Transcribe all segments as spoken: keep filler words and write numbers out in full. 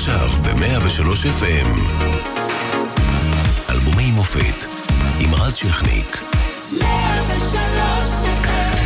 עכשיו ב-מאה ושלוש אף אם. אלבומי מופת עם רז שכניק. מאה ושלוש אף אם.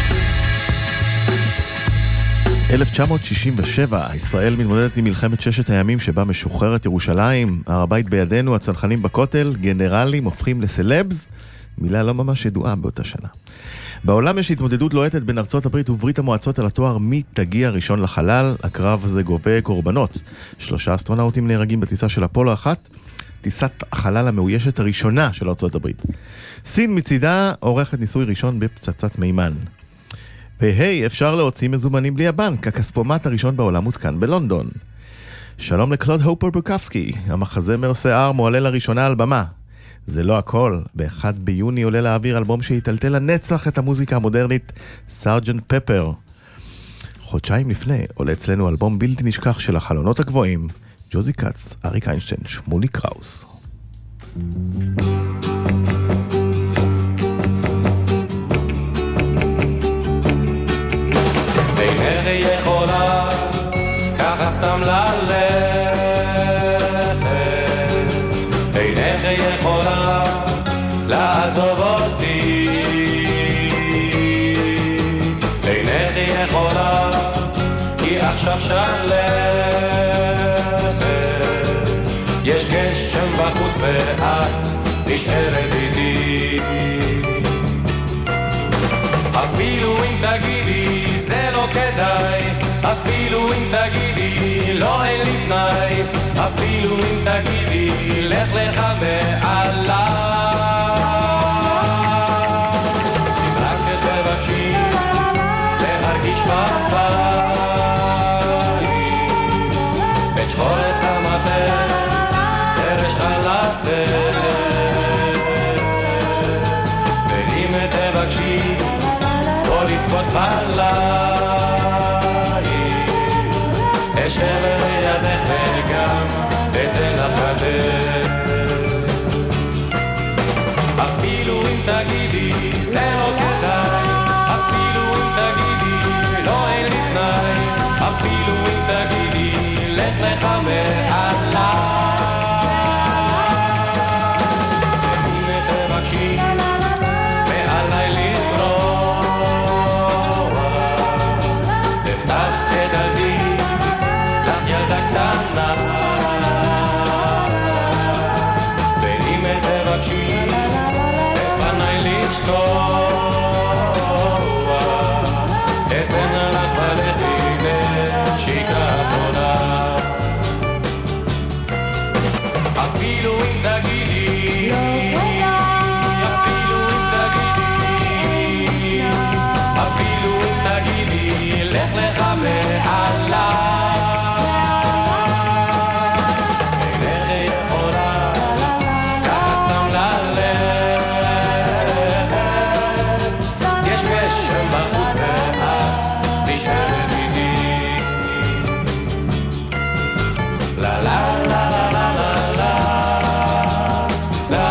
אלף תשע מאות שישים ושבע, ישראל מתמודדת עם מלחמת ששת הימים שבה משוחררת ירושלים, הר הבית בידינו, הצנחנים בכותל, גנרלים הופכים לסלבס, מילה לא ממש ידועה באותה שנה. בעולם יש התמודדות לוהטת בין ארצות הברית וברית המועצות על התואר מי תגיע ראשון לחלל. הקרב הזה גובה קורבנות. שלושה אסטרונאוטים נהרגים בטיסה של אפולו אחת, טיסת החלל המאוישת הראשונה של ארצות הברית. סין מצידה עורכת ניסוי ראשון בפצצת מימן. והי, אפשר להוציא מזומנים בלי הבנק, הכספומט הראשון בעולם מותקן בלונדון. שלום לקלוד הופר בוקפסקי, המחזמר שיער מועלה לראשונה על במה. זה לא הכל, ב-אחד ביוני עולה לאוויר אלבום שיטלטל לנצח את המוזיקה המודרנית, סארג'נט פפר. חודשיים לפני עולה אצלנו אלבום בלתי נשכח של החלונות הגבוהים, ג'וזי קאץ, אריק איינשטיין, שמולי קראוס. אינך יכולה ככה סתם ללכת, אינך יכולה לעזוב אותי, אינך יכולה כי עכשיו שלכת, יש גשם בחוץ ואת נשארת איתי, אפילו אם תגידי זה לא כדאי, אפילו אם תגידי לא אין לי תנאי, אפילו אם תגידי לך לך מעליי, אם רק תבקשי להרגיש בבית את שחור צמתך תרש חלתך, ואם תבקשי לא לבכות בליל אשב לידך וגם אתן לך גדר, אפילו אם תגידי זה לא כדאי, אפילו אם תגידי לא אין לי תנאי, אפילו אם תגידי לך לך מעליי, ואם תבקשי מעליי לברוח, אפתח את דלתי לך ילדה קטנה, ואם תבקשי את פניי לשכוח, אתן לך בלכי נשיקה אחרונה, אפילו אם תגידי, אפילו אם תגידי, אפילו אם תגידי לך לך מעליי, אינך יכולה ככה סתם ללכת, יש גשם בחוץ ואת נשארת איתי, לה לה לה לה לה לה לה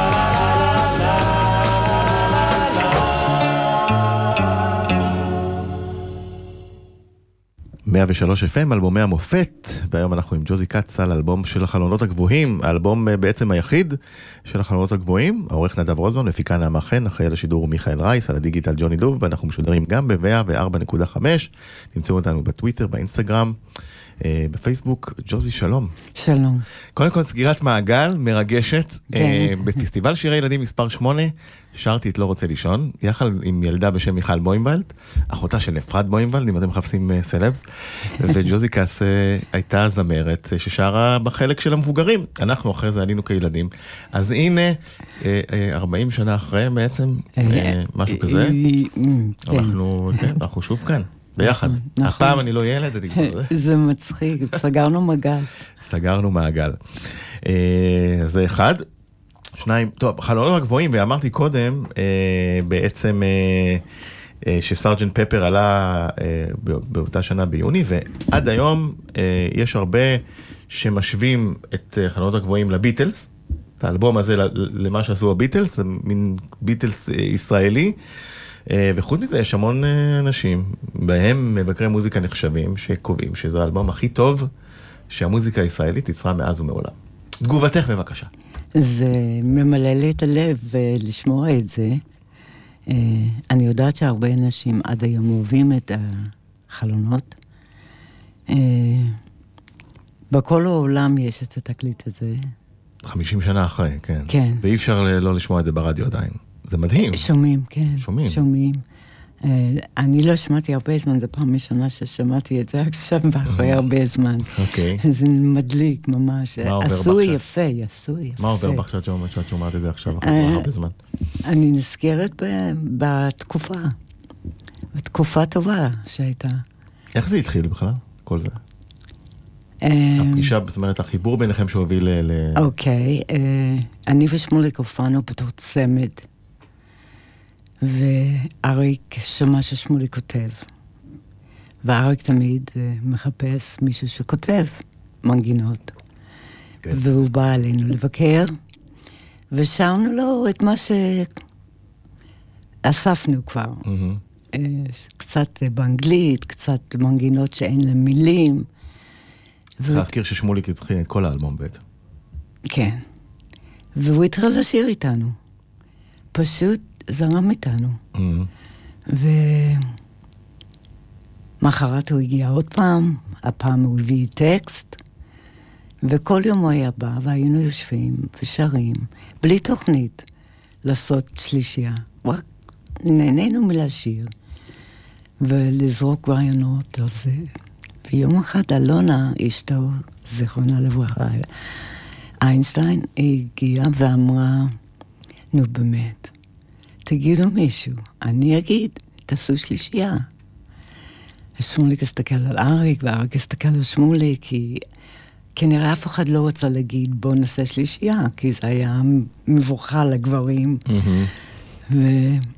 מאה ושלוש אף אם, אלבומי המופת, והיום אנחנו עם ג'וזי קאץ על אלבום של החלונות הגבוהים, האלבום בעצם היחיד של החלונות הגבוהים, העורך נדב רוזמן, מפיקה נעמה חן, אחראי על השידור הוא מיכאל רייס, על הדיגיטל ג'וני דוב, ואנחנו משודרים גם ב-מאה וארבע נקודה חמש, תמצאו אותנו בטוויטר, באינסטגרם, בפייסבוק. ג'וזי, שלום. שלום. קודם כל, סגירת מעגל מרגשת, כן. בפסטיבל שירי ילדים מספר שמונה, שרתי את לא רוצה לישון, יחד עם ילדה בשם מיכל בוימבלד, אחותה של אפרת בוימבלד, אם אתם מחפשים סלבס, וג'וזי קאץ הייתה זמרת ששרה בחלק של המבוגרים. אנחנו אחרי זה עלינו כילדים. אז הנה, ארבעים שנה אחרי בעצם, משהו כזה, אנחנו, כן, אנחנו שוב כאן. ביחד. הפעם אני לא ילד, אני כבר... זה מצחיק, סגרנו מעגל. סגרנו מעגל. זה אחד. שניים, טוב, חלונות הגבוהים, ואמרתי קודם, בעצם שסארג'נט פפר עלה באותה שנה ביוני, ועד היום יש הרבה שמשווים את חלונות הגבוהים לביטלס, את האלבום הזה למה שעשו הביטלס, זה מין ביטלס ישראלי, וחוץ מזה יש המון אנשים, בהם מבקרי מוזיקה נחשבים, שקובעים שזה האלבום הכי טוב שהמוזיקה הישראלית יצרה מאז ומעולם. תגובתך בבקשה. זה ממלא לי את הלב לשמוע את זה. אני יודעת שהרבה אנשים עד היום אוהבים את החלונות. בכל העולם יש את התקליט הזה. חמישים שנה אחרי, כן. כן. ואי אפשר לא לשמוע את זה ברדיו עדיין. זה מדהים. שומעים, כן. שומעים. שומעים. אני לא שמעתי הרבה זמן, זו פעם ראשונה ששמעתי את זה עכשיו אחרי הרבה זמן. אוקיי. זה מדליק ממש. עשוי יפה, עשוי יפה. מה עובר בך שאת שומעת את זה עכשיו אחרי הרבה זמן? אני נזכרת בתקופה. בתקופה טובה שהייתה. איך זה התחיל בכלל? כל זה? הפגישה, זאת אומרת, החיבור ביניכם שהוביל ל... אוקיי. אני ושמוליק הופענו בתור צמד. ואריק שמע ששמוליק כותב. ואריק תמיד מחפש מישהו שכותב מנגינות. כן. והוא בא אלינו לבקר, ושרנו לו את מה שאספנו כבר. Mm-hmm. קצת באנגלית, קצת מנגינות שאין להם מילים. צריך ו... להזכיר ששמוליק התחיל את כל האלבום בעצם. כן. והוא התחיל לשיר איתנו. פשוט זרם איתנו. Mm-hmm. ומחרת הוא הגיע עוד פעם, הפעם הוא הביא טקסט, וכל יום הוא היה בא, והיינו יושבים ושרים, בלי תוכנית, לעשות שלישייה. רק נהנינו מלשיר, ולזרוק רעיונות על זה. ויום אחד אלונה, אשתו, זיכרונה לברכה, איינשטיין, הגיעה ואמרה, נו באמת, תגידו מישהו, אני אגיד, תעשו שלישייה. שמוליק הסתכל על אריק, ואריק הסתכל על שמוליק, כי כנראה אף אחד לא רוצה להגיד, בוא נעשה שלישייה, כי זה היה מבורכה לגברים. Mm-hmm. ו...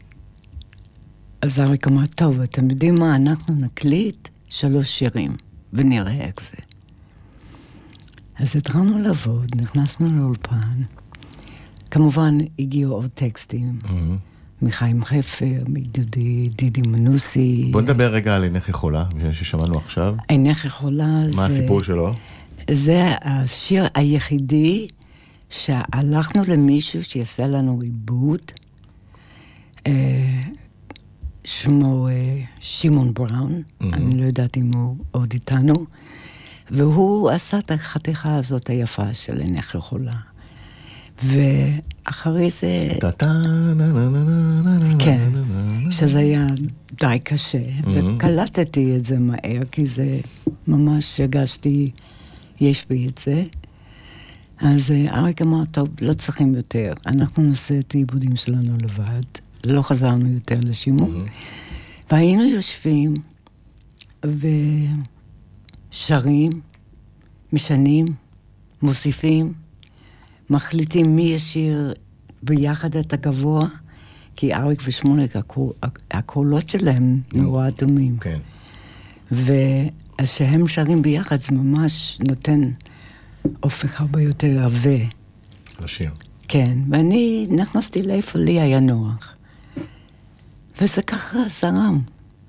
אז אריק אמר, טוב, אתם יודעים מה, אנחנו נקליט שלוש שירים, ונראה איך זה. אז התחלנו לעבוד, נכנסנו לאולפן, כמובן הגיעו עוד טקסטים, mm-hmm. מחיים חפר, מדודי, דידי מנוסי. בוא נדבר רגע על עינך יכולה, ששמענו עכשיו. עינך יכולה זה... מה הסיפור שלו? זה השיר היחידי שהלכנו למישהו שיעשה לנו עיבוד, שמו שמעון בראון, mm-hmm. אני לא יודעת אם הוא עוד איתנו, והוא עשה את החתיכה הזאת היפה של עינך יכולה. ואחרי זה... כן, שזה היה די קשה, וקלטתי את זה מהר, כי זה ממש הגשתי, יש בי את זה. אז אריק אמר, טוב, לא צריכים יותר, אנחנו נעשה את העיבודים שלנו לבד, לא חזרנו יותר לשימור, והיינו יושבים ושרים, משנים, מוסיפים, מחליטים מי ישיר ביחד את הגבוה, כי אריק ושמוליק, הקולות שלהם נורא דומים. כן. ושהם שרים ביחד, זה ממש נותן אופק הרבה יותר עבה. לשיר. כן, ואני נכנסתי לאיפה לי היה נוח. וזה ככה זרם.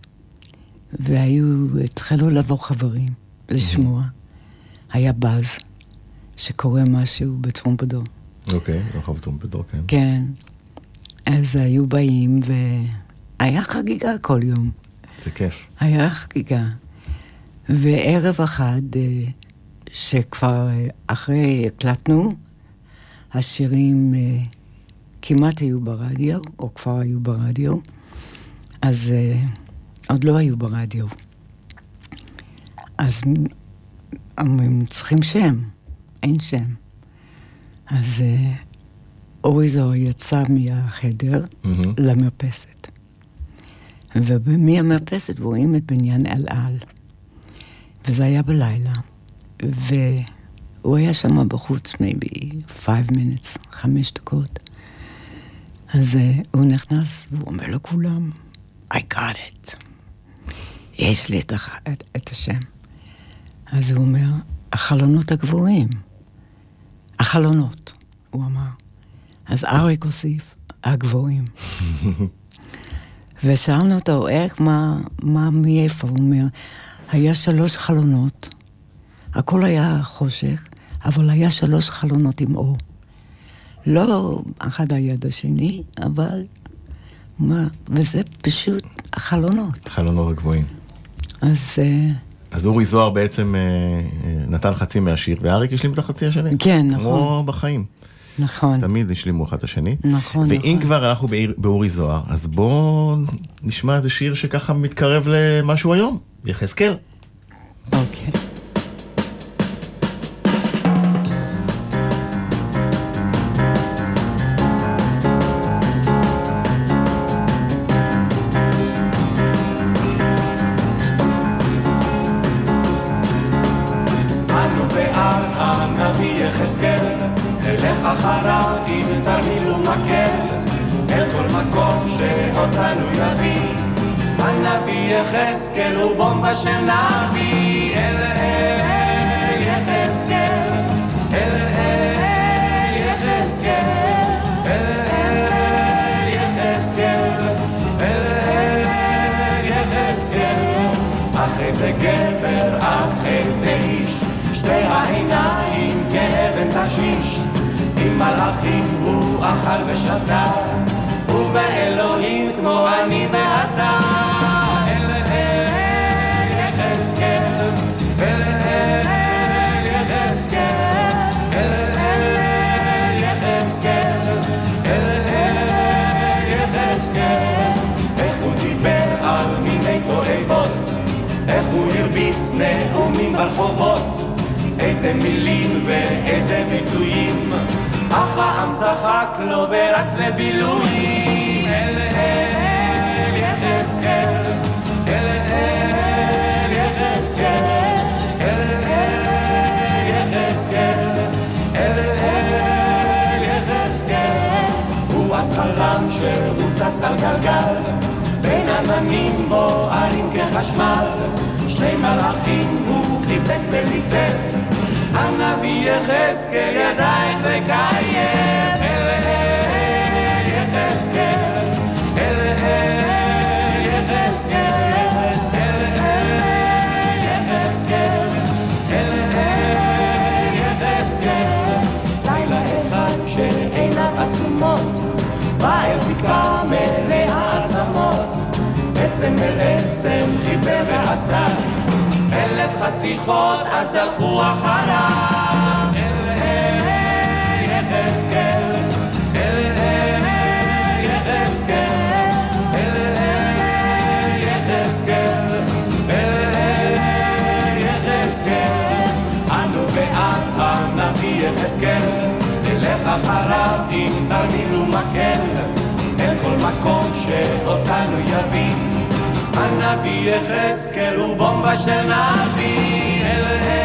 והיו, התחלו לבוא חברים, לשמוע. היה באז. שקורה משהו בטרומפדור. אוקיי, רחב טרומפדור, כן. כן. אז היו באים, והיה חגיגה כל יום. זה כיף. היה חגיגה. וערב אחד, שכבר אחרי הקלטנו, השירים כמעט היו ברדיו, או כבר היו ברדיו, אז עוד לא היו ברדיו. אז הם צריכים שם. אין שם. אז אורי זוהר יצא מהחדר mm-hmm. למרפסת. ומהמרפסת רואים את בניין אל-על. וזה היה בלילה. והוא היה שם בחוץ, maybe five minutes, חמש דקות. אז הוא נכנס והוא אומר לכולם, I got it. יש לי את, את, את השם. אז הוא אומר, החלונות הגבוהים. החלונות, הוא אמר. אז אריק הוסיף, הגבוהים. ושאלנו אותו, איך, מה, מה, מאיפה? הוא אומר, היה שלוש חלונות, הכל היה חושך, אבל היה שלוש חלונות עם אור. לא אחד היד השני, אבל מה, וזה פשוט החלונות. חלונות הגבוהים. אז... אז אורי זוהר בעצם נתן חצי מהשיר, ואריק השלים את החצי השני. כן, נכון. כמו בחיים. נכון. תמיד השלימו אחד השני. נכון, ואם נכון. כבר אנחנו באורי זוהר, אז בואו נשמע איזה שיר שככה מתקרב למשהו היום. יחזקאל. אוקיי. אחריו אם תרמילו מקל אל כל מקום שאותנו יביא הנביא יחזקאל הוא בומבה של נביא אל אל יחזקאל אל אל יחזקאל אל אל יחזקאל אל אל יחזקאל אחרי זה גבר אחרי זה איש שתי העיניים כאבן תשיש עם מלאכים הוא אכל ושתה ובאלוהים כמו אני ואתה אל אל יחזקאל אל אל יחזקאל אל אל יחזקאל אל אל יחזקאל איך הוא דיבר על מיני תועבות איך הוא הרביץ נאומים ברחובות איזה מילים ואיזה ביטויים אך העם צחק לו ורץ לבילויים אל אל יחזקאל אל אל יחזקאל אל אל יחזקאל אל אל יחזקאל הוא אז חלם שהוא טס על גלגל בין עננים בוערים כחשמל שני מלאכים הוא חיבק וליטף הנביא יחזקאל ידייך לקיים אל אל יחזקאל אל אל יחזקאל אל אל יחזקאל אל אל יחזקאל לילה אחד שעיניו עצומות בא אל תקרה מלאה עצמות עצם אל עצם חיבר ועשה אלף חתיכות אז הלכו אחריו אל אל יחזקאל אל אל יחזקאל אל אל יחזקאל אל אל יחזקאל אנו ואת הנביא יחזקאל נלך אחריו עם תרמיל ומקל אל כל מקום שאותנו יביא הנביא יחזקאל הוא בומבה של נביא אל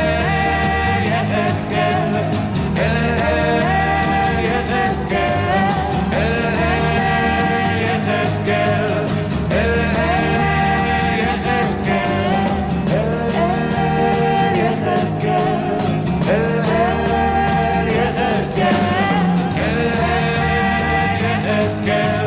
אל יחזקאל אל אל יחזקאל אל אל יחזקאל אל אל יחזקאל אל אל יחזקאל אל אל יחזקאל אל אל יחזקאל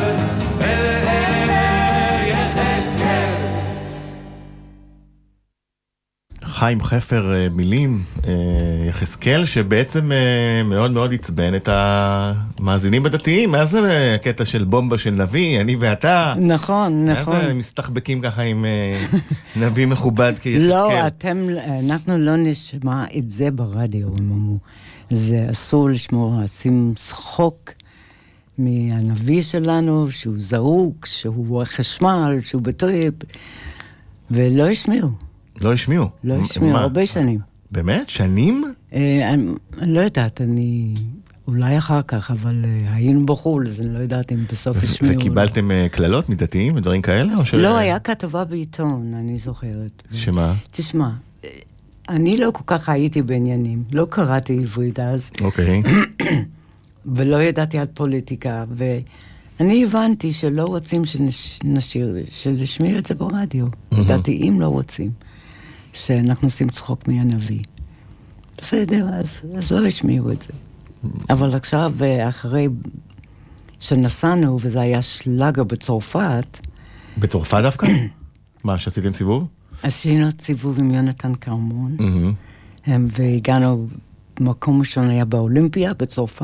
חיים חפר מילים, יחזקאל, שבעצם מאוד מאוד עצבן את המאזינים הדתיים. מה זה הקטע של בומבה של נביא, אני ואתה? נכון, נכון. מה זה מסתחבקים ככה עם נביא מכובד כיחזקאל? לא, אתם, אנחנו לא נשמע את זה ברדיו, הם אמרו. זה אסור לשמוע, עושים צחוק מהנביא שלנו, שהוא זרוק, שהוא חשמל, שהוא בטויב, ולא ישמיעו. לא השמיעו. לא השמיעו, הרבה שנים. באמת? שנים? אני לא יודעת, אני... אולי אחר כך, אבל היינו בחול, אז אני לא יודעת אם בסוף השמיעו. וקיבלתם כללות מדתיים ודברים כאלה? לא, היה כתבה בעיתון, אני זוכרת. שמה? תשמע, אני לא כל כך הייתי בעניינים, לא קראתי עברית אז. אוקיי. ולא ידעתי עד פוליטיקה, ואני הבנתי שלא רוצים שנשאיר, שנשמיע את זה ברדיו. דתיים לא רוצים. שאנחנו עושים צחוק מהנביא. בסדר, אז, אז לא השמיעו את זה. אבל עכשיו, אחרי שנסענו, וזה היה שלגה בצרפת... בצרפת דווקא? מה, שעשיתם סיבוב? עשינו סיבוב עם יונתן קרמון. והגענו, מקום ראשון היה באולימפיה בצרפת,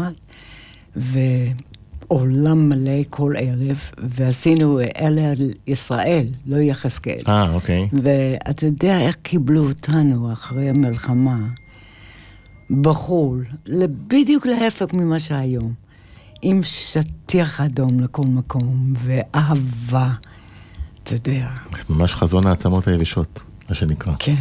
ועולם מלא כל ערב, ועשינו אלה על ישראל, לא יחזקאל. אה, אוקיי. ואתה יודע איך קיבלו אותנו אחרי המלחמה, בחול, בדיוק להפק ממה שהיום, עם שטיח אדום לכל מקום, ואהבה, אתה יודע. ממש חזון העצמות היבשות, מה שנקרא. כן.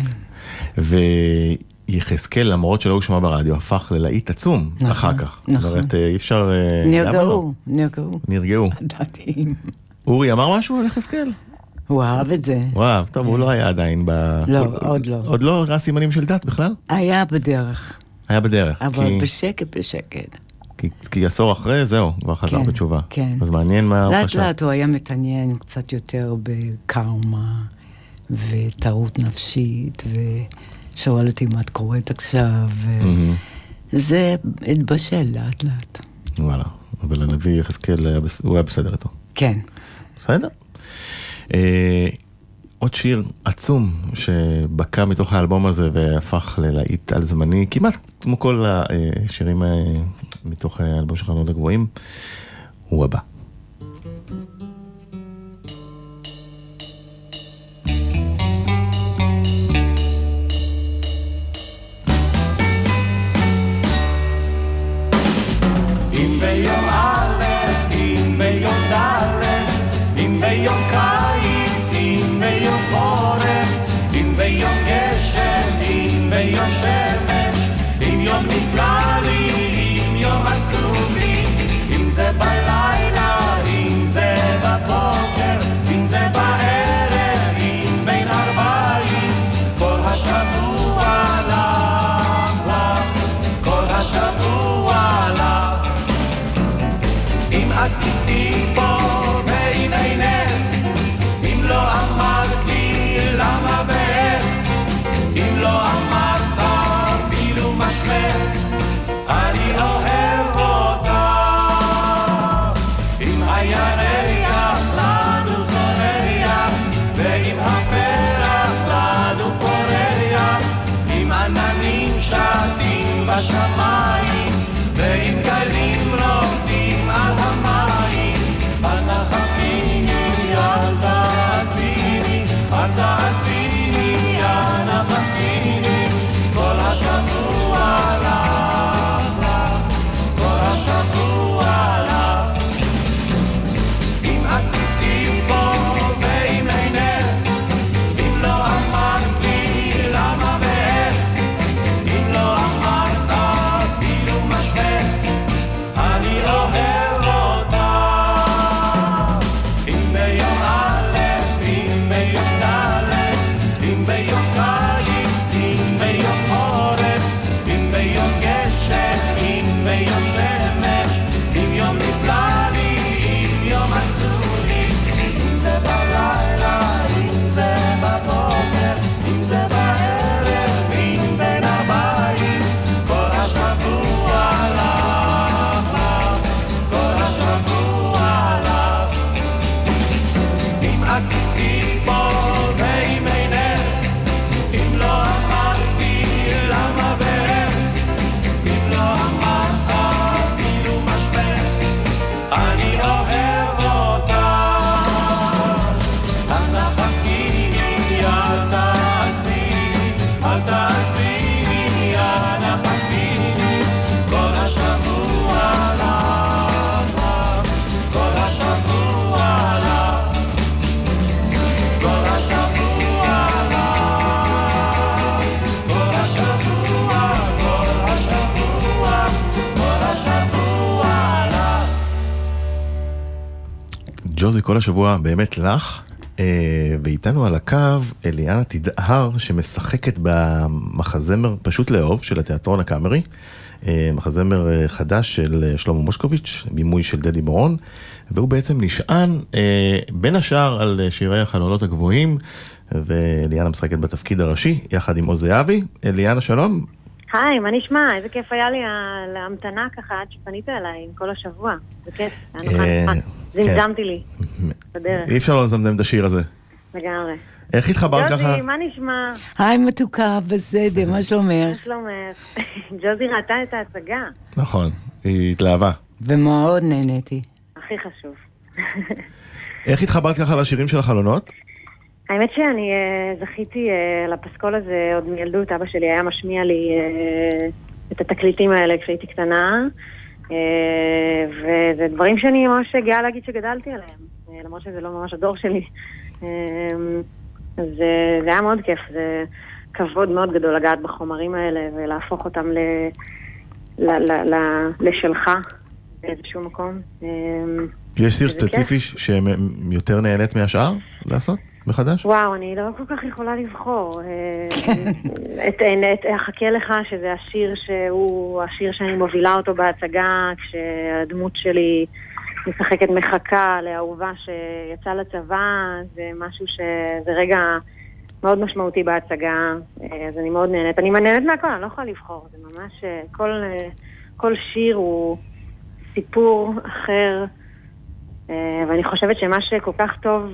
ויחזקאל, למרות שלא הושמע ברדיו, הפך ללהיט עצום נכון, אחר כך. נכון. זאת אומרת, אי אפשר... נרגעו, נרגעו. נרגעו. הדתיים. אורי אמר משהו על יחזקאל? הוא אהב את זה. וואו, טוב, הוא לא היה עדיין ב... לא, עוד לא. עוד לא ראה סימנים של דת בכלל? היה בדרך. היה בדרך. אבל כי... בשקט, בשקט. כי, כי עשור אחרי, זהו, כבר חזר כן, בתשובה. כן. אז מעניין מה הוא לאט חשב. לאט הוא היה מתעניין קצת יותר בקרמה, וטעות נפשית, ושואל אותי מה את קוראת עכשיו, וזה התבשל לאט לאט. וואלה, אבל הנביא יחזקאל, הוא היה בסדר איתו. כן. בסדר. אה, עוד שיר עצום שבקע מתוך האלבום הזה והפך ללהיט על זמני, כמעט כמו כל השירים מתוך האלבום של חלונות הגבוהים, הוא הבא. אם ביום א', אם ביום ד', אם ביום קיץ, אם ביום חורף, אם ביום גשם, אם ביום שמש, אם יום נפלא לי, אם יום עצוב לי, אם זה בלילה, אם זה בבוקר, אם זה בערב, אם בין ארבעים, כל השבוע לך, לך, כל השבוע לך. אם את איתי פה ואם אינך, אם לא אמרת לי למה ואיך, אם לא אמרת אפילו מה שמך, אני אוהב אותך. אם הירח לנו זורח, ואם הפרח לנו פורח, אם עננים שטים בשמיים, ואם גלים רוקדים על המים, אנא חכיני, אל תעזיני, אל תעזיני, אנא חכיני, כל השבוע לך, לך, כל השבוע לך. אם את איתי פה ואם אינך, אם לא אמרת לי למה ואיך, אם לא אמרת אפילו מה שמך, אני אוהב אותך. אם ביום א', אם ביום ד', אם ביום קיץ, אם ביום חורף, אם ביום גשם, אם ביום שמש, אם יום נפלא לי, אם יום עצוב לי, אם זה בלילה, אם זה בבוקר, אם זה בערב, אם בין הבית, כל השבוע לך, לך, כל השבוע לך. אם את איתי פה ואם אינך, אם לא אמרתי למה ואיך, אם לא אמרת אפילו מה שמך, אני אוהב אותך. אנא חכיני, אל תעזביני, אל תעזביני, אנא חכיני, כל השבוע לך, לך, כל השבוע לך, כל השבוע לך, כל השבוע, כל השבוע, כל השבוע לך. ג'וזי, כל השבוע באמת לך, אה, ואיתנו על הקו אליאנה תדהר, שמשחקת במחזמר פשוט לאהוב של התיאטרון הקאמרי, אה, מחזמר אה, חדש של אה, שלמה מושקוביץ', בימוי של דדי בורון, והוא בעצם נשען אה, בין השאר על אה, שירי החלונות הגבוהים, ואליאנה משחקת בתפקיד הראשי, יחד עם עוז זהבי. אליאנה, שלום. היי, מה נשמע? איזה כיף היה לי להמתנה ככה עד שפנית אליי כל השבוע. זה כיף, היה נוחה. זמזמתי לי בדרך. אי אפשר לא לזמזם את השיר הזה. לגמרי. איך התחברת ככה? ג'וזי, מה נשמע? היי מתוקה, בסדר, מה מה שלומך? שלומך? ג'וזי ראתה את ההצגה. נכון, היא התלהבה. ומאוד נהניתי. הכי חשוב. איך התחברת ככה לשירים של החלונות? האמת שאני uh, זכיתי uh, לפסקול הזה עוד מילדות. אבא שלי היה משמיע לי uh, את התקליטים האלה כשהייתי קטנה, uh, וזה דברים שאני ממש גאה להגיד שגדלתי עליהם, uh, למרות שזה לא ממש הדור שלי. Uh, אז uh, זה היה מאוד כיף, זה כבוד מאוד גדול לגעת בחומרים האלה ולהפוך אותם ל, ל, ל, ל, לשלך באיזשהו מקום. Uh, יש שיר ספציפי שיותר נהנית מהשאר לעשות מחדש? וואו, אני לא כל כך יכולה לבחור. את החכה לך, שזה השיר שהוא השיר שאני מובילה אותו בהצגה, כשהדמות שלי משחקת מחכה לאהובה שיצא לצבא, זה משהו שזה רגע מאוד משמעותי בהצגה, אז אני מאוד נהנית. אני נהנית מהכל, אני לא יכולה לבחור, זה ממש, כל, כל שיר הוא סיפור אחר, ואני חושבת שמה שכל כך טוב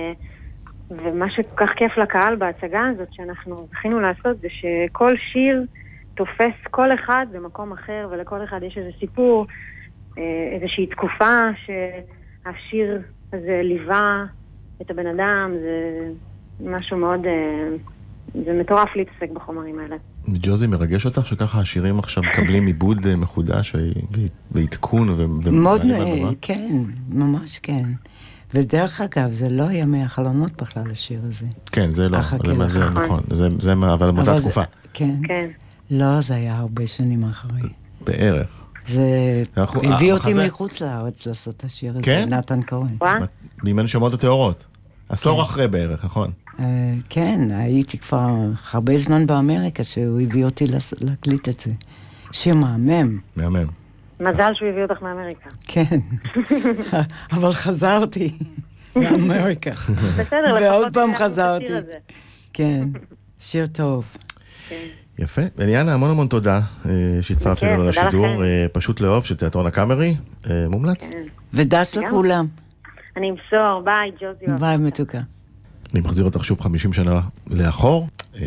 ומה שכל כך כיף לקהל בהצגה הזאת שאנחנו זכינו לעשות זה שכל שיר תופס כל אחד במקום אחר, ולכל אחד יש איזה סיפור, איזושהי תקופה שהשיר הזה ליווה את הבן אדם. זה משהו מאוד, זה מטורף להתעסק בחומרים האלה. ג'וזי, מרגש אותך שככה השירים עכשיו מקבלים עיבוד מחודש ועדכון? מאוד, כן, ממש כן. ודרך אגב, זה לא היה מהחלונות בכלל השיר הזה. כן, זה לא, זה נכון, זה אבל מאותה תקופה. כן, לא, זה היה הרבה שנים אחרי. בערך. זה הביא אותי מחוץ לארץ לעשות את השיר הזה, נתן כהן. בימי נשמות הטהורות. עשור אחרי בערך, נכון? כן, הייתי כבר הרבה זמן באמריקה שהוא הביא אותי להקליט את זה. שיר מהמם. מהמם. מזל שהוא הביא אותך מאמריקה. כן, אבל חזרתי לאמריקה. בסדר, ועוד פעם חזרתי. כן, שיר טוב. יפה. אליאנה, המון המון תודה שהצטרפת לנו לשידור. פשוט לאהוב של תיאטרון הקאמרי. מומלץ. ודש לכולם. אני אמסור, ביי ג'וזי. ביי מתוקה. אני מחזיר אותך שוב חמישים שנה לאחור.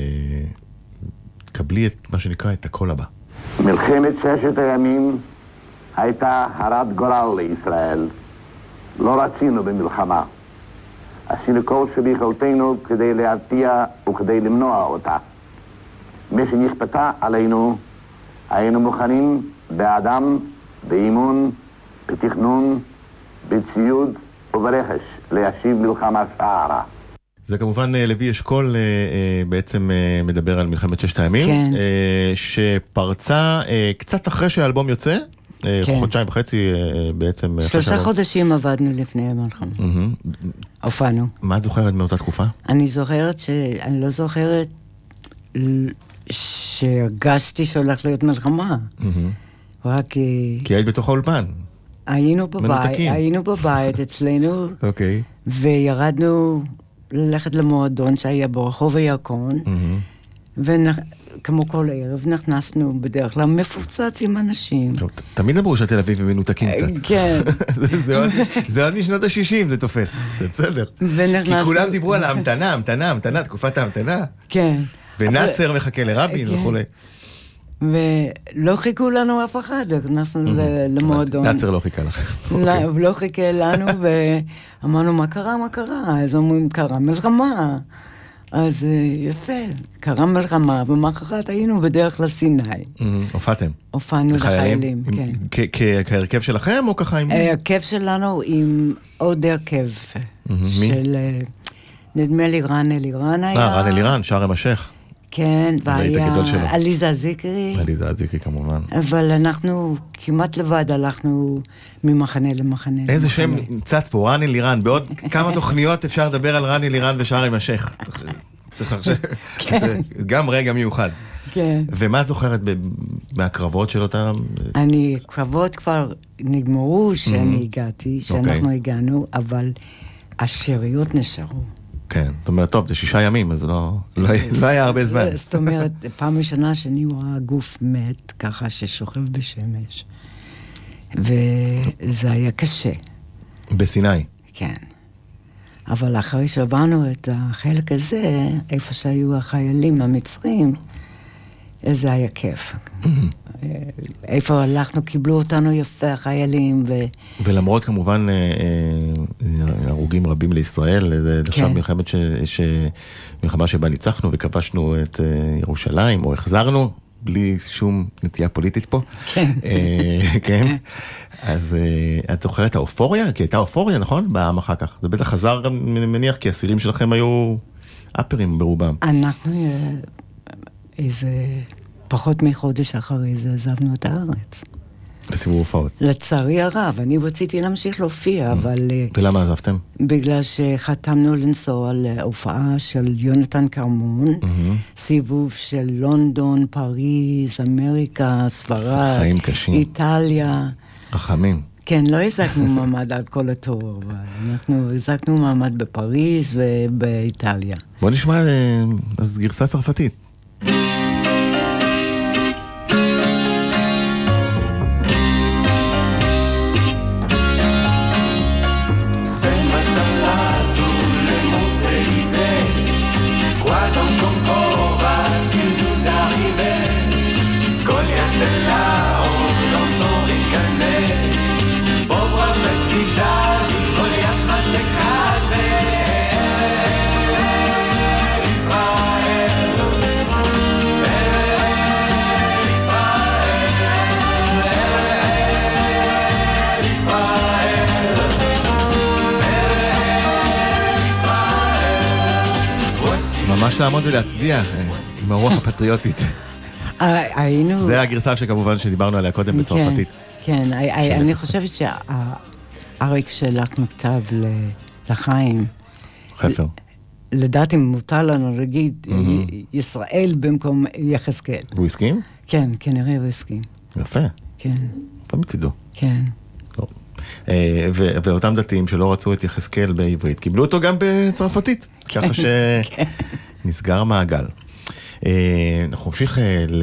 תקבלי את מה שנקרא את הקול הבא. מלחמת ששת הימים הייתה הרת גורל לישראל. לא רצינו במלחמה. עשינו כל שביכולתנו כדי להרתיע וכדי למנוע אותה. משנכפתה עלינו, היינו מוכנים באדם, באימון, בתכנון, בציוד וברכש להשיב מלחמה שערה. זה כמובן לוי אשכול בעצם מדבר על מלחמת ששת הימים, כן. שפרצה קצת אחרי שהאלבום יוצא, כן. חודשיים וחצי בעצם. שלושה חודשים עבדנו לפני המלחמה. הופענו. מה את זוכרת מאותה תקופה? אני זוכרת ש... אני לא זוכרת שהרגשתי שהולך להיות מלחמה. רק... כי היית בתוך האולפן. היינו בבית, היינו בבית אצלנו, אוקיי. וירדנו ללכת למועדון שהיה ברחוב הירקון, וכמו כל ערב נכנסנו בדרך כלל מפוצץ עם אנשים. תמיד אמרו שהתל אביב הם מנותקים קצת. כן. זה עוד משנות ה-שישים, זה תופס, זה בסדר. כי כולם דיברו על ההמתנה, המתנה, המתנה, תקופת ההמתנה. כן. ונאצר מחכה לרבין וכולי. ולא חיכו לנו אף אחד, נכנסנו למועדון. נאצר לא חיכה לכם. לא חיכה לנו, ואמרנו, מה קרה, מה קרה? אז אומרים, קרה מלחמה. אז יפה, קרה מלחמה, ומחרת היינו בדרך לסיני. הופעתם? הופענו לחיילים, כן. כהרכב שלכם, או ככה עם... הרכב שלנו עם עוד הרכב. של... נדמה לי רן אלירן היה. אה, רן אלירן, שער המשך. כן, והיה עליזה זיקרי. עליזה זיקרי כמובן. אבל אנחנו כמעט לבד הלכנו ממחנה למחנה. איזה שם צץ פה, רן אלירן. בעוד כמה תוכניות אפשר לדבר על רן אלירן ושער המשך. צריך לחשב. גם רגע מיוחד. כן. ומה את זוכרת מהקרבות של אותם? אני, קרבות כבר נגמרו שאני הגעתי, שאנחנו הגענו, אבל השאריות נשארו. כן, זאת אומרת, טוב, זה שישה ימים, אז לא, לא, לא היה הרבה זמן. זאת אומרת, פעם ראשונה שאני רואה גוף מת, ככה ששוכב בשמש. וזה היה קשה. בסיני? כן. אבל אחרי שעברנו את החלק הזה, איפה שהיו החיילים המצרים, זה היה כיף. איפה הלכנו, קיבלו אותנו יפה, החיילים. ו... ולמרות כמובן הרוגים רבים לישראל, זה עכשיו מלחמת ש... ש... מלחמה שבה ניצחנו וכבשנו את ירושלים, או החזרנו, בלי שום נטייה פוליטית פה. כן. כן. אז את זוכרת האופוריה? כי הייתה אופוריה, נכון? בעם אחר כך. זה בטח חזר גם מניח, כי הסירים שלכם היו אפרים ברובם. אנחנו איזה פחות מחודש אחרי זה עזבנו את הארץ. לסיבוב הופעות. לצערי הרב, אני רציתי להמשיך להופיע, אבל... ולמה עזבתם? בגלל שחתמנו לנסוע להופעה של יונתן קרמון, סיבוב של לונדון, פריז, אמריקה, ספרד, חיים קשים. איטליה. רחמים. כן, לא הזקנו מעמד על כל התור, אבל אנחנו הזקנו מעמד בפריז ובאיטליה. בוא נשמע אז גרסה צרפתית. ממש לעמוד ולהצדיע עם הרוח הפטריוטית. היינו... זה הגרסה שכמובן שדיברנו עליה קודם בצרפתית. כן, אני חושבת שהאריק שלך מכתב לחיים. חפר. לדעתי מותר לנו להגיד ישראל במקום יחזקאל. הוא הסכים? כן, כנראה הוא הסכים. יפה. כן. יפה מצידו. כן. ואותם דתיים שלא רצו את יחזקאל בעברית, קיבלו אותו גם בצרפתית, ככה שנסגר מעגל. אנחנו נמשיך ל...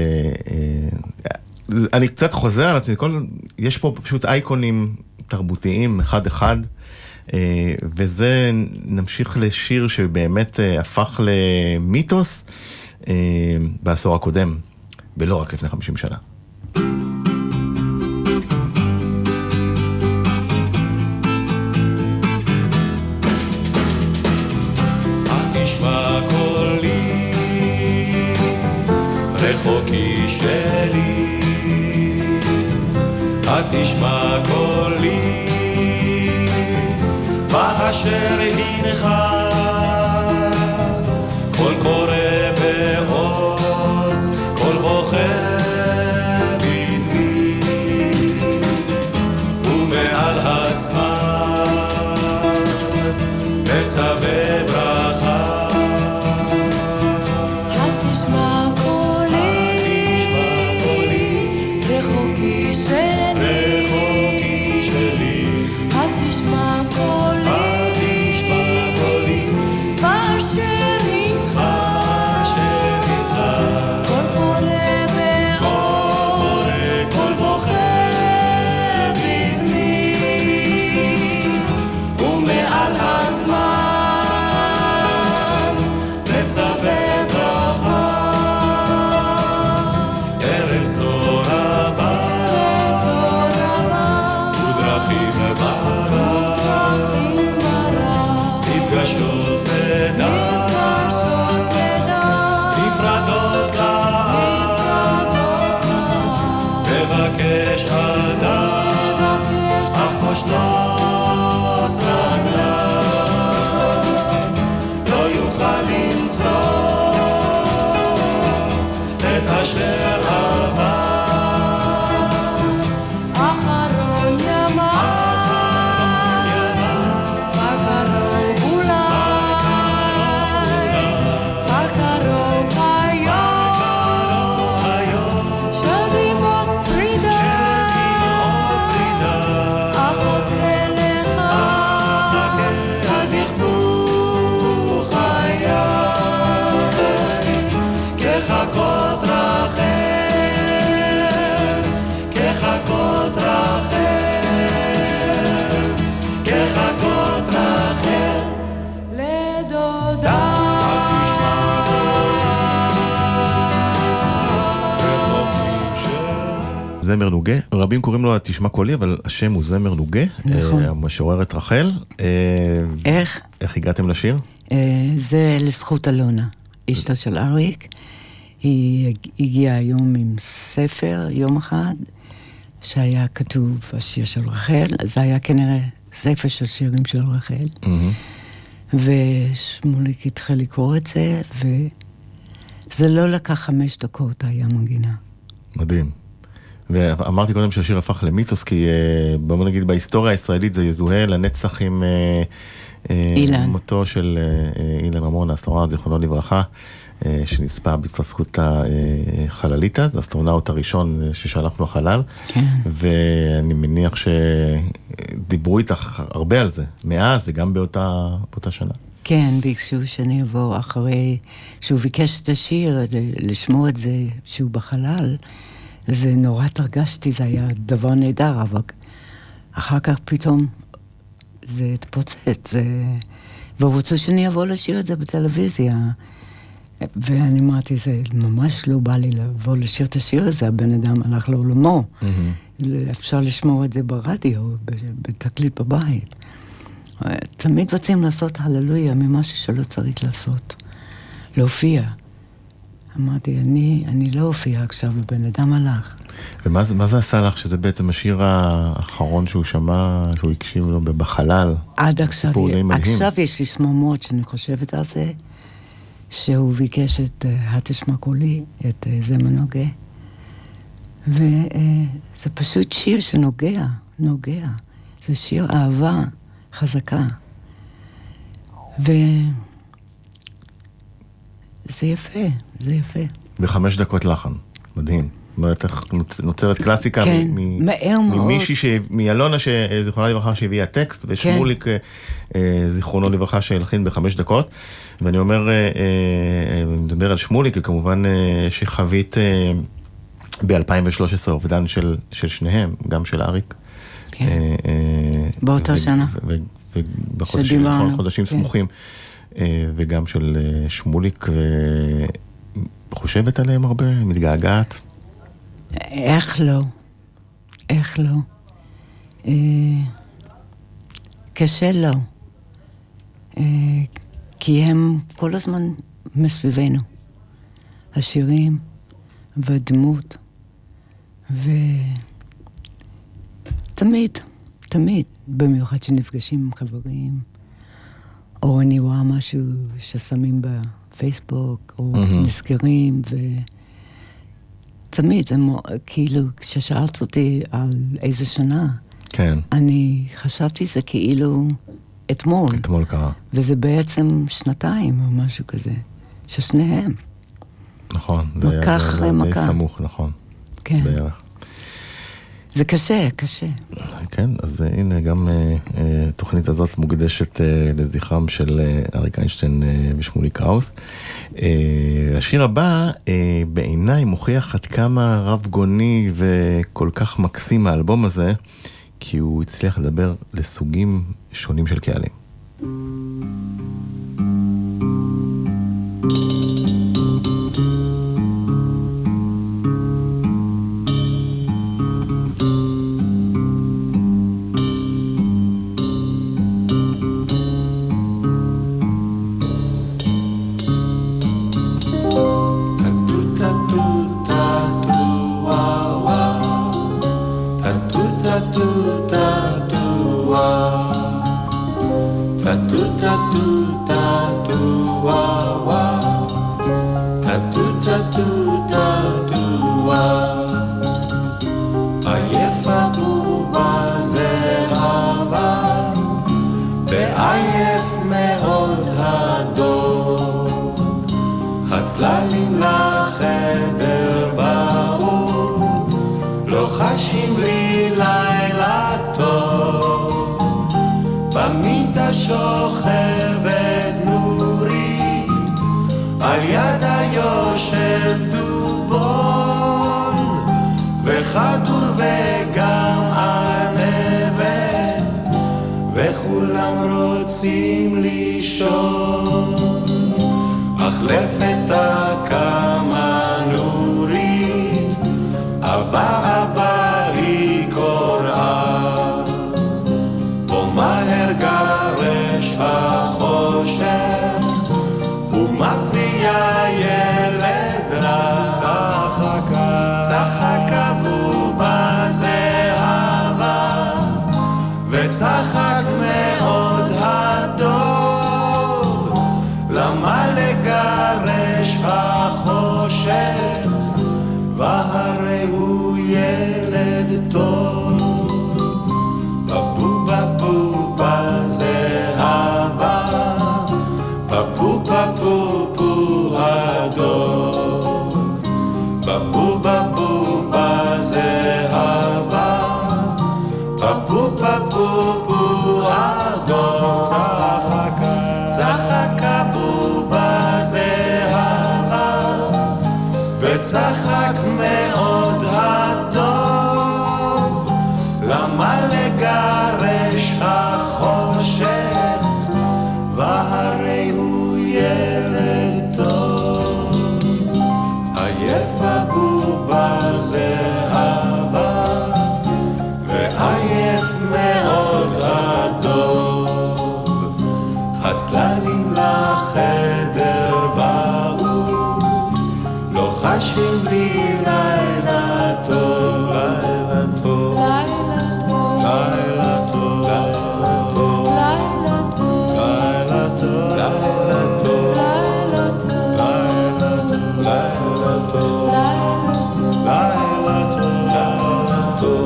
אני קצת חוזר על עצמי, יש פה פשוט אייקונים תרבותיים אחד אחד, וזה נמשיך לשיר שבאמת הפך למיתוס בעשור הקודם, ולא רק לפני חמישים שנה. רחוקי שלי, את תשמע קולי, באשר הנך, קול קורא בעוז, קול בוכה בדמי, ומעל הזמן מצווה ברכה. לחכות רחל זמר נוגה, רבים קוראים לו תשמע קולי, אבל השם הוא זמר נוגה. נכון. המשוררת רחל. איך? איך הגעתם לשיר? זה לזכות אלונה, אשתו של אריק. היא הגיעה היום עם ספר, יום אחד, שהיה כתוב השיר של רחל. זה היה כנראה ספר של שירים של רחל. ושמוליק התחיל לקרוא את זה, וזה לא לקח חמש דקות, היה מנגינה. מדהים. ואמרתי קודם שהשיר הפך למיתוס, כי בוא נגיד בהיסטוריה הישראלית זה יזוהה לנצח עם אילן. מותו של אילן רמון, האסטרונאוט זיכרונו לברכה, שנספה בהתרסקות החללית, זה האסטרונאוט הראשון ששלחנו לחלל, כן. ואני מניח שדיברו איתך הרבה על זה, מאז וגם באותה, באותה שנה. כן, ביקשו שאני אבוא אחרי שהוא ביקש את השיר, לשמוע את זה שהוא בחלל, זה נורא תרגשתי, זה היה דבר נהדר, אבל אחר כך פתאום זה התפוצץ, זה... ורוצו שאני אבוא לשיר את זה בטלוויזיה, ואני אמרתי, זה ממש לא בא לי לבוא לשיר את השיר הזה, הבן אדם הלך לעולמו, mm-hmm. אפשר לשמוע את זה ברדיו, בתקליט בבית. תמיד רוצים לעשות הללויה ממשהו שלא צריך לעשות, להופיע. אמרתי, אני, אני לא הופיע עכשיו, הבן אדם הלך. ומה זה, מה זה עשה לך, שזה בעצם השיר האחרון שהוא שמע, שהוא הקשיב לו בחלל? עד עכשיו, עכשיו יש לי שממות שאני חושבת על זה, שהוא ביקש את התשמע קולי, את זמר נוגה, וזה פשוט שיר שנוגע, נוגע. זה שיר אהבה חזקה. וזה יפה, זה יפה. וחמש דקות לחן, מדהים. זאת אומרת, נוצרת קלאסיקה כן, מ- מהר מאוד. ממישהי, ש... מאלונה שזיכרונה לברכה שהביאה טקסט, ושמוליק כן. זיכרונו לברכה שהלחין בחמש דקות. ואני אומר, אני מדבר על שמוליק, וכמובן שחווית ב-אלפיים ושלוש עשרה אובדן של, של שניהם, גם של אריק. כן, באותה שנה. ובחודשים סמוכים, וגם של שמוליק, חושבת עליהם הרבה, מתגעגעת. איך לא? איך לא? קשה לא. כי הם כל הזמן מסביבנו. השירים והדמות. ותמיד, תמיד, במיוחד שנפגשים עם חברים, או אני רואה משהו ששמים בפייסבוק, או mm-hmm. נזכרים, ותמיד, זה מ... כאילו, כששאלת אותי על איזה שנה, כן. אני חשבתי זה כאילו אתמול. אתמול קרה. וזה בעצם שנתיים או משהו כזה, ששניהם. נכון. מכה אחרי מכה. די סמוך, נכון. כן. בערך. זה קשה, קשה. כן, אז הנה גם התוכנית הזאת מוקדשת לזכרם של אריק איינשטיין ושמוליק קראוס. השיר הבא בעיניי מוכיח עד כמה רב גוני וכל כך מקסים האלבום הזה, כי הוא הצליח לדבר לסוגים שונים של קהלים. לפתע כמה נורית, הבא הבא צחק הבובה זהבה, וצחק מאוד הדוב, למה לגרש החושך, והרי הוא ילד טוב. בבובה בובה זהבה, בבובה בובו הדוב, בבובה בובה זהבה, בבובה בובו הדוב. צחק צחק הבובה זהבה, וצחק מאוד הדוב, למה לגרש החושך, והרי הוא ילד טוב. עייף הבובה זהבה, ועייף מאוד הדוב, הצללים לחדר באו, לא חשים לי לילה טוב, לילה טוב, לילה טוב, לילה טוב, לילה טוב, לילה טוב, לילה טוב, לילה טוב,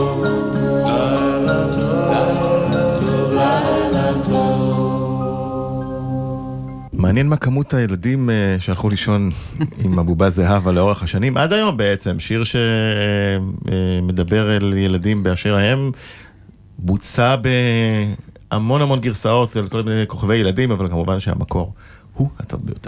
לילה טוב. מעניין מה כמות הילדים אה, שהלכו לישון עם הבובה זהבה לאורך השנים, עד היום בעצם, שיר שמדבר אל ילדים באשר הם, בוצע בהמון המון גרסאות על כל מיני כוכבי ילדים, אבל כמובן שהמקור הוא הטוב ביותר.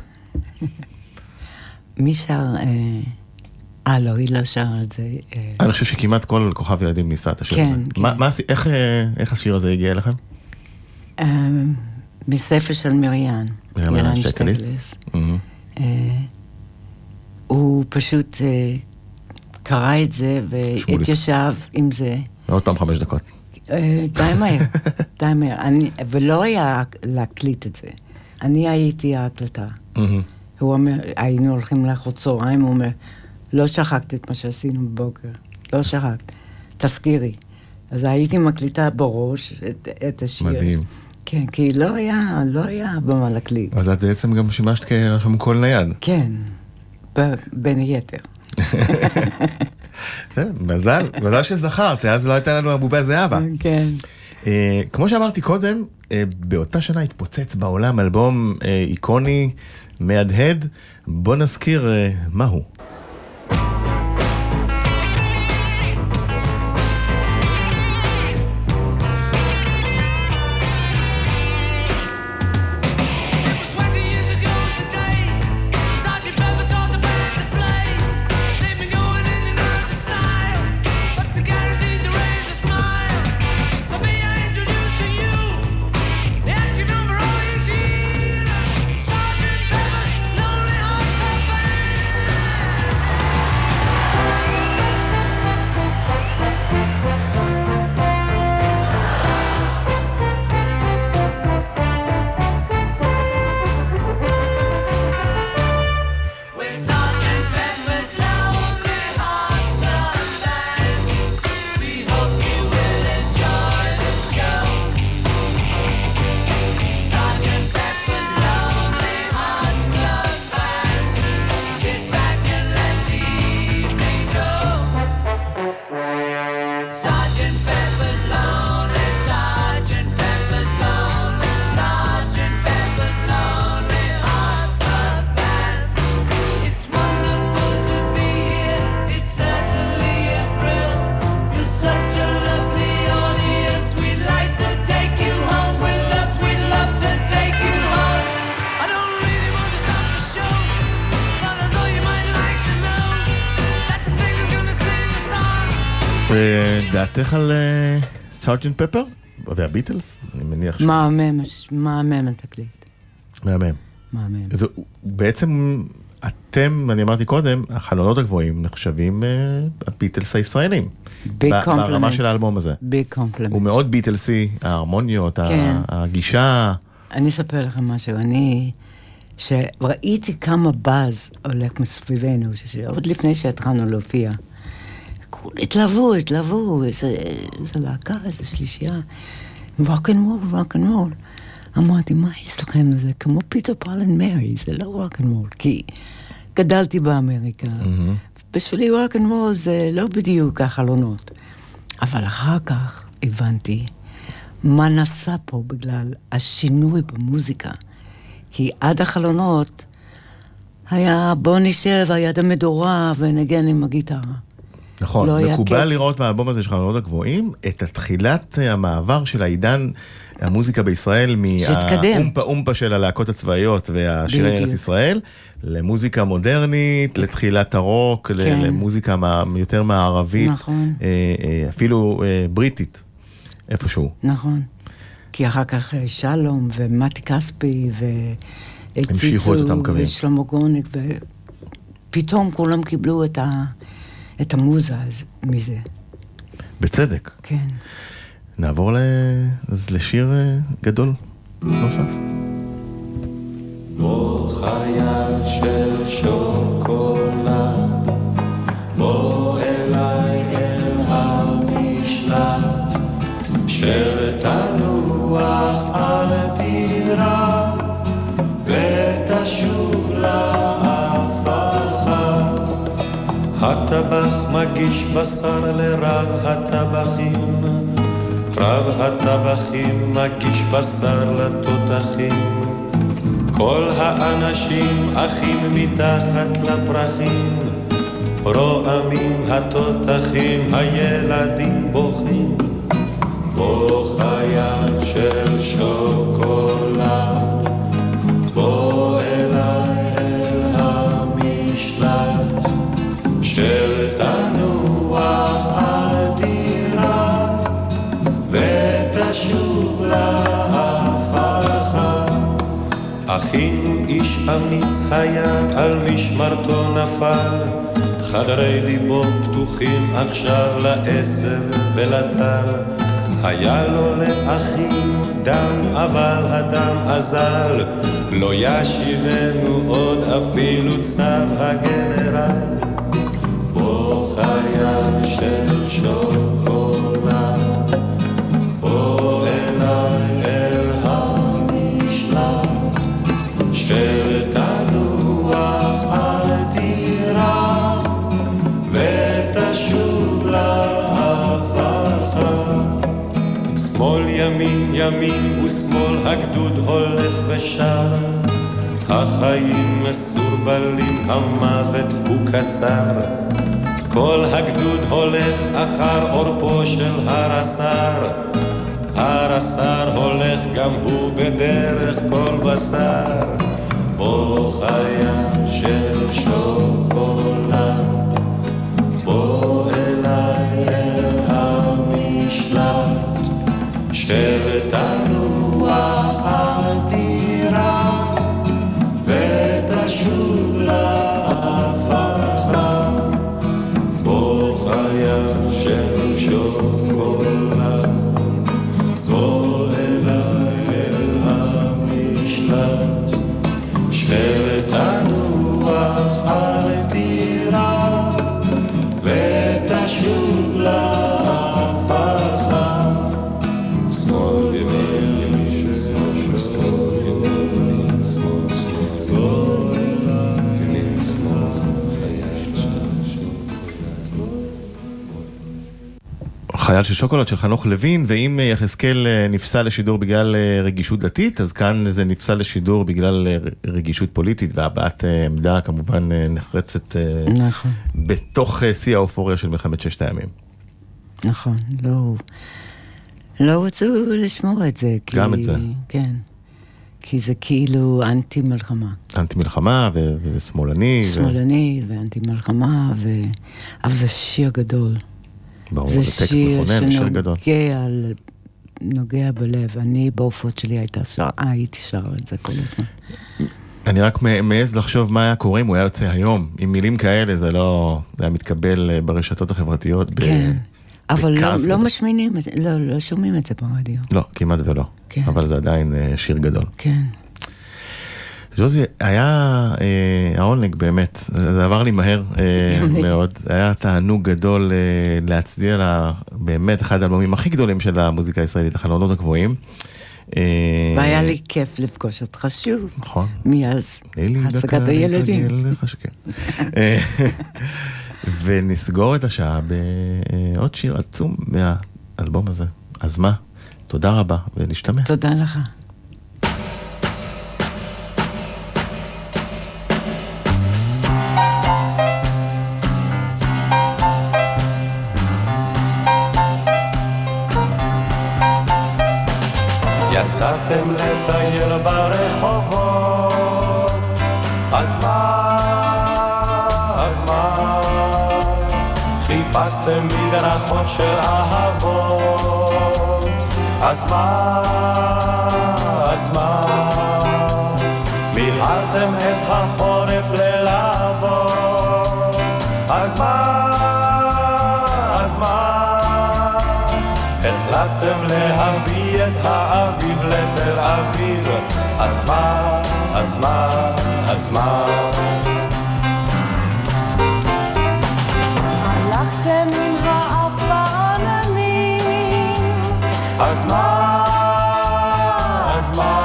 מי שר... אה, אה, לא, היא לא שרה את זה. אה, אני חושב שכמעט כל כוכב ילדים ניסה את השיר כן, הזה. כן. מה, מה, איך, אה, איך השיר הזה הגיע אליכם? אה, מספר של מריאן. מריאן שטקליס. אה, הוא פשוט אה, קרא את זה והתיישב עם זה. ועוד פעם חמש דקות. אה, די מהר, די מהר. אני, ולא היה להקליט את זה. אני הייתי ההקלטה. הוא אומר, היינו הולכים לאכול צהריים, הוא אומר, לא שכחת את מה שעשינו בבוקר, לא שכחת, תזכירי. אז הייתי מקליטה בראש את, את השיר. מדהים. כן, כי לא היה, לא היה במה להקליט. אז את בעצם גם שימשת כרשם קול נייד. כן, ב, בין היתר. מזל, מזל שזכרת, אז לא הייתה לנו הבובה זהבה. כן. אה, כמו שאמרתי קודם, אה, באותה שנה התפוצץ בעולם אלבום אה, איקוני, מהדהד. בוא נזכיר אה, מהו. דעתך על סארג'נט פפר והביטלס? אני מניח ש... מהמם, מהמם התקליט. מהמם. מהמם. זה בעצם אתם, אני אמרתי קודם, החלונות הגבוהים נחשבים הביטלס הישראלים. ביג קומפלמנט. ברמה של האלבום הזה. ביג קומפלמנט. הוא מאוד ביטלסי, ההרמוניות, כן. הגישה. אני אספר לכם משהו, אני... שראיתי כמה באז הולך מסביבנו, שעוד לפני שהתחלנו להופיע, התלהבו, התלהבו, איזה להקה, איזה שלישייה, רוק אנד רול, רוק אנד רול. אמרתי, מה יש לכם לזה? כמו פיטר פול אנד מרי, זה לא רוק אנד רול, כי גדלתי באמריקה. בשבילי רוק אנד רול זה לא בדיוק החלונות. אבל אחר כך הבנתי מה נעשה פה בגלל השינוי במוזיקה. כי עד החלונות היה בוא נשב, היד המדורה ונגן עם הגיטרה. נכון, לא מקובל לראות באלבום הזה של חלונות הגבוהים את התחילת המעבר של העידן המוזיקה בישראל מהאומפה אומפה של הלהקות הצבאיות והשירי ארץ ישראל למוזיקה מודרנית, לתחילת הרוק, כן. למוזיקה יותר מערבית, נכון. אפילו בריטית, איפשהו. נכון. כי אחר כך שלום ומתי כספי המשיכו את אותם קווים. ושלמה גורניק, ופתאום כולם קיבלו את, ה, את המוזה מזה. בצדק. כן. נעבור ל... אז לשיר גדול נוסף. בוא חייל של שוקולד, בוא אליי אל המשלט, שתנוח על טירה ותשוב לעפרך. הטבח מגיש בשר לרב הטבחים, רב הטבחים מגיש בשר לתותחים. כל האנשים אחים מתחת לפרחים, רועמים התותחים, הילדים בוכים. בוא חייל של שוקולד, בוא אליי אל המשלט, שתנוח על טירה ותשוב לעפרך. אחינו איש אמיץ היה, על משמרתו נפל, חדרי ליבו פתוחים עכשיו לעשב ולטל. היה לו לאחים דם, אבל הדם אזל, לא ישיבנו עוד אפילו צו הגנרל. בוא חייל של שוקולד, בוא אליי אל המשלט, שתנוח על טירה ותשוב לעפרך. שמאל ימין ימין ושמאל הגדוד הולך ושר, החיים מסורבלים, המוות הוא קצר. כל הגדוד הולך אחר אורפו של הרס"ר, הרס"ר הולך גם הוא בדרך כל בשר. בוא חייל של שוקולד, בוא אליי אל המשלט, שתנוח על טירה ותשוב לעפרך. בוא חייל של שוקולד, בוא אליי אל המשלט, שתנוח על טירה ותשוב לעפרך. שמאל ימין שמאל שמאל ימין שמאל שמאל ימין שמאל חייל של שוקולד של חנוך לוין. ואם יחזקאל נפסל לשידור בגלל רגישות דתית, אז כאן זה נפסל לשידור בגלל רגישות פוליטית והבעת עמדה כמובן נחרצת, נכון. בתוך שיא האופוריה של מלחמת ששת הימים. נכון, לא, לא רצו לשמור את זה. כי, גם את זה. כן, כי זה כאילו אנטי מלחמה. אנטי מלחמה ו- ושמאלני. שמאלני ו... ואנטי מלחמה, ו... אבל זה שיר גדול. ברור, זה זה טקסט שיר מכונן, שיר גדול. שנוגע נוגע בלב. אני בהופעות שלי הייתה שר, הייתי שר את זה כל הזמן. אני רק מעז לחשוב מה היה קורה אם הוא היה יוצא היום. עם מילים כאלה זה לא, זה היה מתקבל ברשתות החברתיות. כן, ב... אבל לא, בכעס לא גדול. משמינים, לא, לא שומעים את זה ברדיו. לא, כמעט ולא. כן. אבל זה עדיין שיר גדול. כן. ז'וזי, היה אה, העונג באמת, זה עבר לי מהר אה, מאוד, היה תענוג גדול אה, להצדיע לה, באמת אחד האלבומים הכי גדולים של המוזיקה הישראלית, החלונות הגבוהים. אה, והיה לי כיף לפגוש אותך שוב, נכון. מאז הצגת הילדים. אה, ונסגור את השעה בעוד שיר עצום מהאלבום הזה. אז מה? תודה רבה ונשתמע. תודה לך. יצאתם לטייל ברחובות, אז מה, אז מה, חיפשתם מדרכות של אהבות, אז מה, אז מה, מילאתם את החורף ללהבות, אז מה, אז מה, החלטתם להביא את האביב לתל אביב, אז מה, אז מה, אז מה, הלכתם עם האף בעננים, אז מה, אז מה,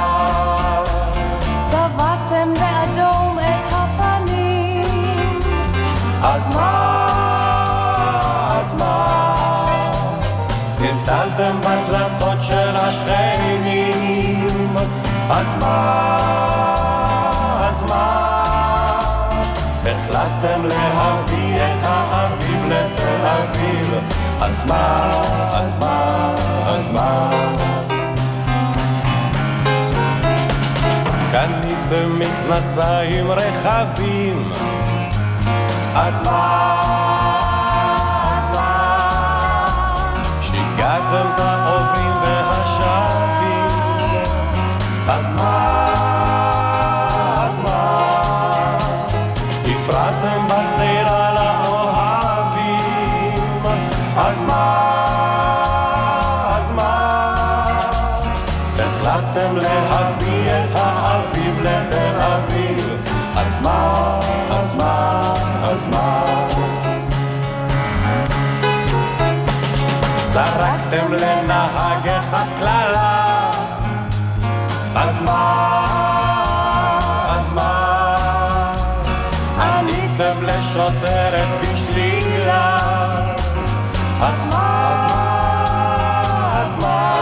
צבעתם באדום את הפנים, אז מה, אז מה, צלצלתם בדלתות של השכנים, אז מה, אז מה, החלטתם להביא את האביב לתל אביב, אז מה, אז מה, אז מה, קניתם מכנסיים רחבים, אז מה, אז מה, שיגעתם את העוברים והשבים, אז מה, אז מה, הפרעתם בסדירה לאוהבים, אז מה, אז מה, החלטתם להביא את האביב לתל אביב, אז מה, אז מה, אז מה, זרקתם לנהג אחד כללה, אז מה, אז מה, עניתם לשוטרת בשלילה, אז מה, אז מה, אז מה,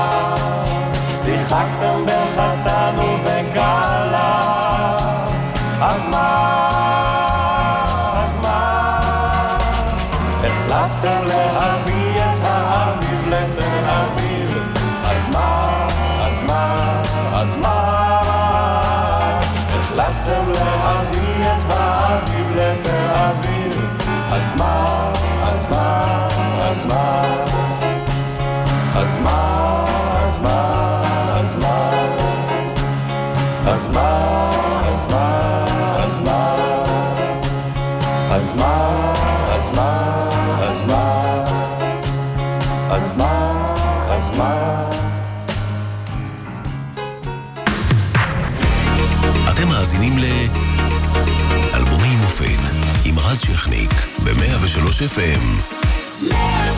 שיחקתם בין חתן ובכלה, אז מה, אז מה, החלטתם להביא את האביב לתל אביב, אז מה, אז מה, אז מה, החלטתם להביא את האביב לתל אביב, אז מה, אז מה, אז מה, אז מה, אז מה, אז מה, אז מה, אז מה, אז מה, אז מה, אז מה, אז מה, אז מה, אז מה. אתם מאזינים לאלבומי מופת עם רז שכניק ב-מאה ושלוש אף אם.